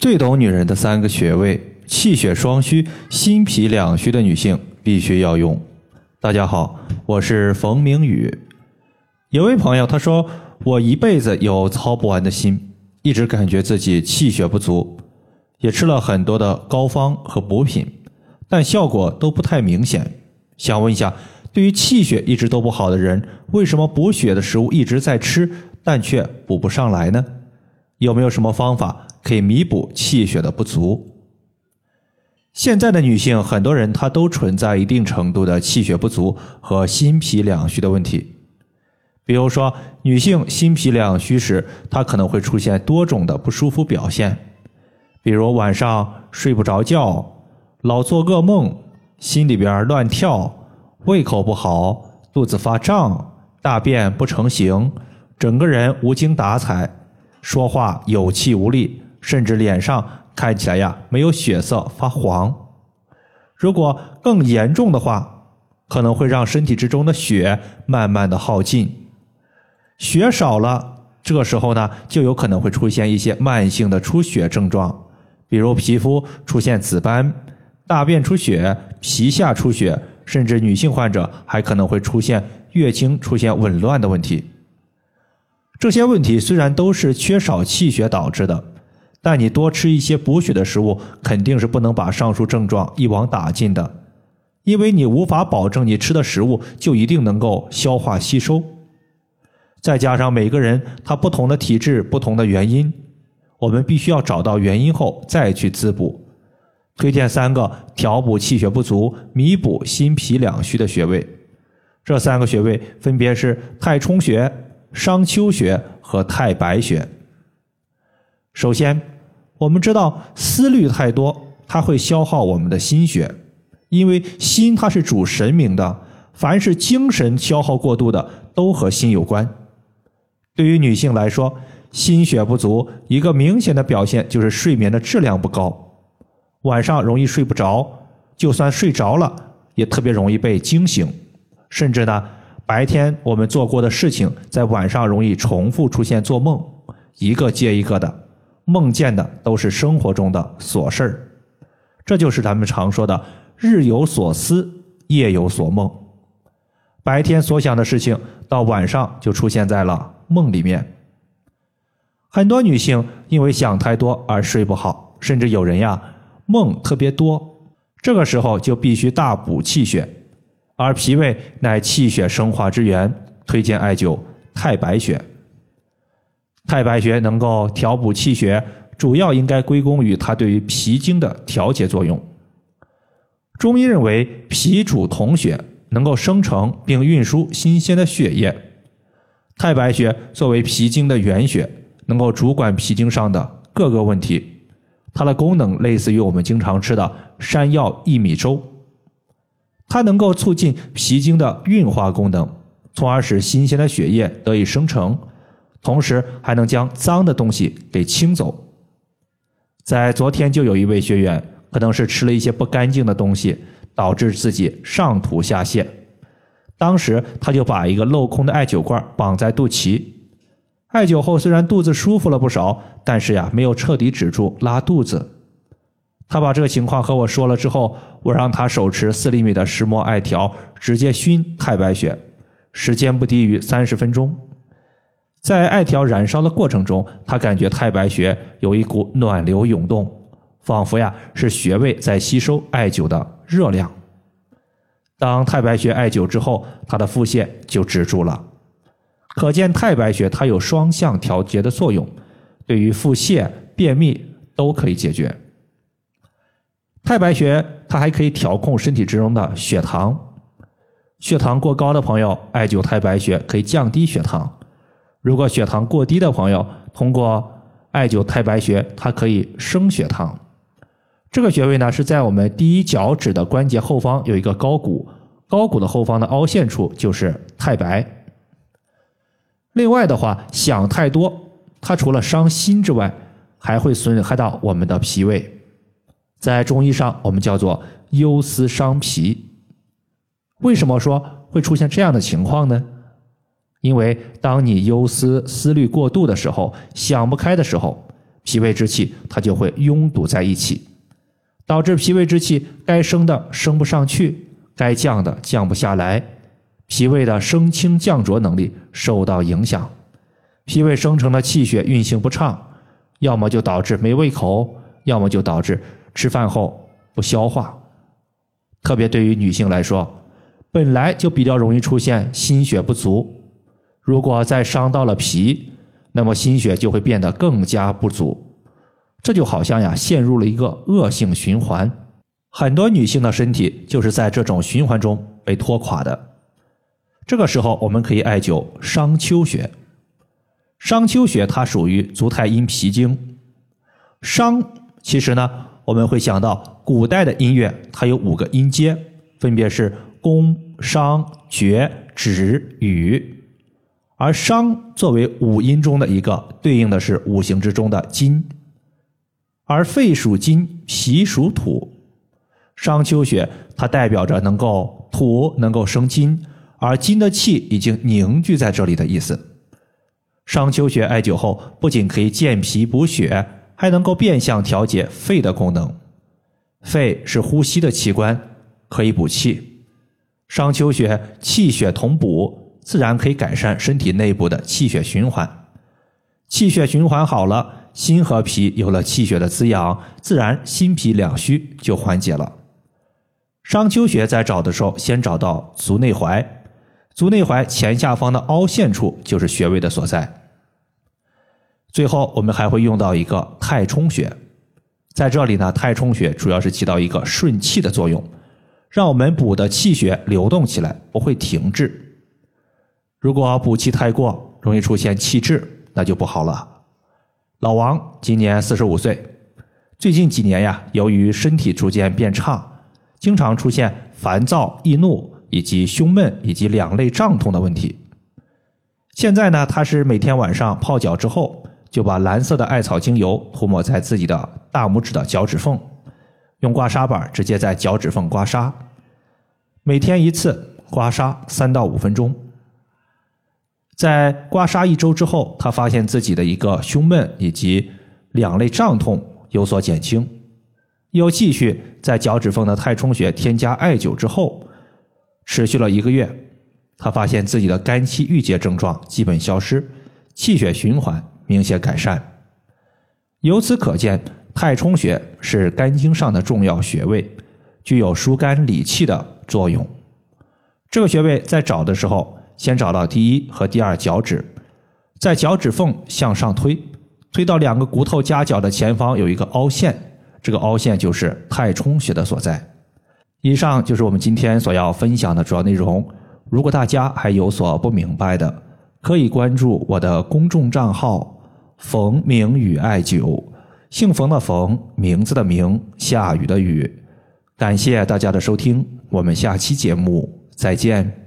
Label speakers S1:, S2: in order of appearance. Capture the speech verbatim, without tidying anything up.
S1: 最懂女人的三个穴位，气血双虚、心脾两虚的女性必须要用。大家好，我是冯明宇。有位朋友他说，我一辈子有操不完的心，一直感觉自己气血不足，也吃了很多的膏方和补品，但效果都不太明显。想问一下，对于气血一直都不好的人，为什么补血的食物一直在吃，但却补不上来呢？有没有什么方法可以弥补气血的不足？现在的女性，很多人她都存在一定程度的气血不足和心脾两虚的问题。比如说，女性心脾两虚时，她可能会出现多种的不舒服表现，比如晚上睡不着觉，老做噩梦，心里边乱跳，胃口不好，肚子发胀，大便不成形，整个人无精打采，说话有气无力，甚至脸上看起来呀没有血色，发黄。如果更严重的话，可能会让身体之中的血慢慢的耗尽。血少了，这个时候呢，就有可能会出现一些慢性的出血症状，比如皮肤出现紫斑，大便出血，皮下出血，甚至女性患者还可能会出现月经出现紊乱的问题。这些问题虽然都是缺少气血导致的，但你多吃一些补血的食物，肯定是不能把上述症状一网打尽的，因为你无法保证你吃的食物就一定能够消化吸收。再加上每个人他不同的体质、不同的原因，我们必须要找到原因后再去滋补。推荐三个调补气血不足、弥补心脾两虚的穴位，这三个穴位分别是太冲穴、商丘穴和太白穴。首先，我们知道思虑太多，它会消耗我们的心血，因为心它是主神明的，凡是精神消耗过度的都和心有关。对于女性来说，心血不足一个明显的表现就是睡眠的质量不高，晚上容易睡不着，就算睡着了也特别容易被惊醒，甚至呢白天我们做过的事情在晚上容易重复出现做梦，一个接一个的，梦见的都是生活中的琐事儿。这就是咱们常说的日有所思，夜有所梦。白天所想的事情到晚上就出现在了梦里面。很多女性因为想太多而睡不好，甚至有人呀梦特别多，这个时候就必须大补气血，而脾胃乃气血生化之源，推荐艾灸太白穴。太白穴能够调补气血，主要应该归功于它对于脾经的调节作用。中医认为脾主统血，能够生成并运输新鲜的血液。太白穴作为脾经的原穴，能够主管脾经上的各个问题，它的功能类似于我们经常吃的山药薏米粥，它能够促进脾经的运化功能，从而使新鲜的血液得以生成，同时还能将脏的东西给清走。在昨天就有一位学员，可能是吃了一些不干净的东西，导致自己上吐下泻，当时他就把一个镂空的艾灸罐绑在肚脐，艾灸后虽然肚子舒服了不少，但是呀没有彻底止住拉肚子。他把这个情况和我说了之后，我让他手持四厘米的石磨艾条直接熏太白穴，时间不低于三十分钟。在艾条燃烧的过程中，他感觉太白穴有一股暖流涌动，仿佛呀是穴位在吸收艾灸的热量。当太白穴艾灸之后，他的腹泻就止住了。可见太白穴它有双向调节的作用，对于腹泻、便秘都可以解决。太白穴它还可以调控身体之中的血糖，血糖过高的朋友艾灸太白穴可以降低血糖，如果血糖过低的朋友通过艾灸太白穴它可以升血糖。这个穴位呢是在我们第一脚趾的关节后方有一个高骨，高骨的后方的凹陷处就是太白。另外的话，想太多它除了伤心之外，还会损害到我们的脾胃，在中医上我们叫做忧思伤脾。为什么说会出现这样的情况呢？因为当你忧思思虑过度的时候，想不开的时候， 脾胃之气它就会拥堵在一起，导致脾胃之气该升的升不上去，该降的降不下来，脾胃的升清降浊能力受到影响，脾胃生成的气血运行不畅，要么就导致没胃口，要么就导致吃饭后不消化。特别对于女性来说，本来就比较容易出现心血不足，如果再伤到了脾，那么心血就会变得更加不足，这就好像呀陷入了一个恶性循环。很多女性的身体就是在这种循环中被拖垮的。这个时候我们可以艾灸商丘穴。商丘穴它属于足太阴脾经。商其实呢我们会想到古代的音乐它有五个音阶，分别是宫、商、角、徵、羽。而商作为五音中的一个，对应的是五行之中的金。而肺属金，脾属土。商丘穴它代表着能够土能够生金，而金的气已经凝聚在这里的意思。商丘穴艾灸后，不仅可以健脾补血，还能够变相调节肺的功能。肺是呼吸的器官，可以补气。商丘穴气血同补，自然可以改善身体内部的气血循环。气血循环好了，心和脾有了气血的滋养，自然心脾两虚就缓解了。商丘穴在找的时候，先找到足内踝，足内踝前下方的凹陷处就是穴位的所在。最后我们还会用到一个太冲穴，在这里呢，太冲穴主要是起到一个顺气的作用，让我们补的气血流动起来，不会停滞。如果补气太过，容易出现气滞，那就不好了。老王今年四十五岁，最近几年呀，由于身体逐渐变差，经常出现烦躁、易怒以及胸闷以及两肋胀痛的问题。现在呢，他是每天晚上泡脚之后，就把蓝色的艾草精油涂抹在自己的大拇指的脚趾缝，用刮痧板直接在脚趾缝刮痧，每天一次，刮痧三到五分钟。在刮痧一周之后，他发现自己的一个胸闷以及两肋胀痛有所减轻，又继续在脚趾缝的太冲穴添加艾灸之后，持续了一个月，他发现自己的肝气郁结症状基本消失，气血循环明显改善。由此可见，太冲穴是肝经上的重要穴位，具有疏肝理气的作用。这个穴位在找的时候，先找到第一和第二脚趾，在脚趾缝向上推，推到两个骨头夹角的前方有一个凹陷，这个凹陷就是太冲穴的所在。以上就是我们今天所要分享的主要内容。如果大家还有所不明白的，可以关注我的公众账号冯明宇艾灸，姓冯的冯，名字的名，下雨的雨。感谢大家的收听，我们下期节目再见。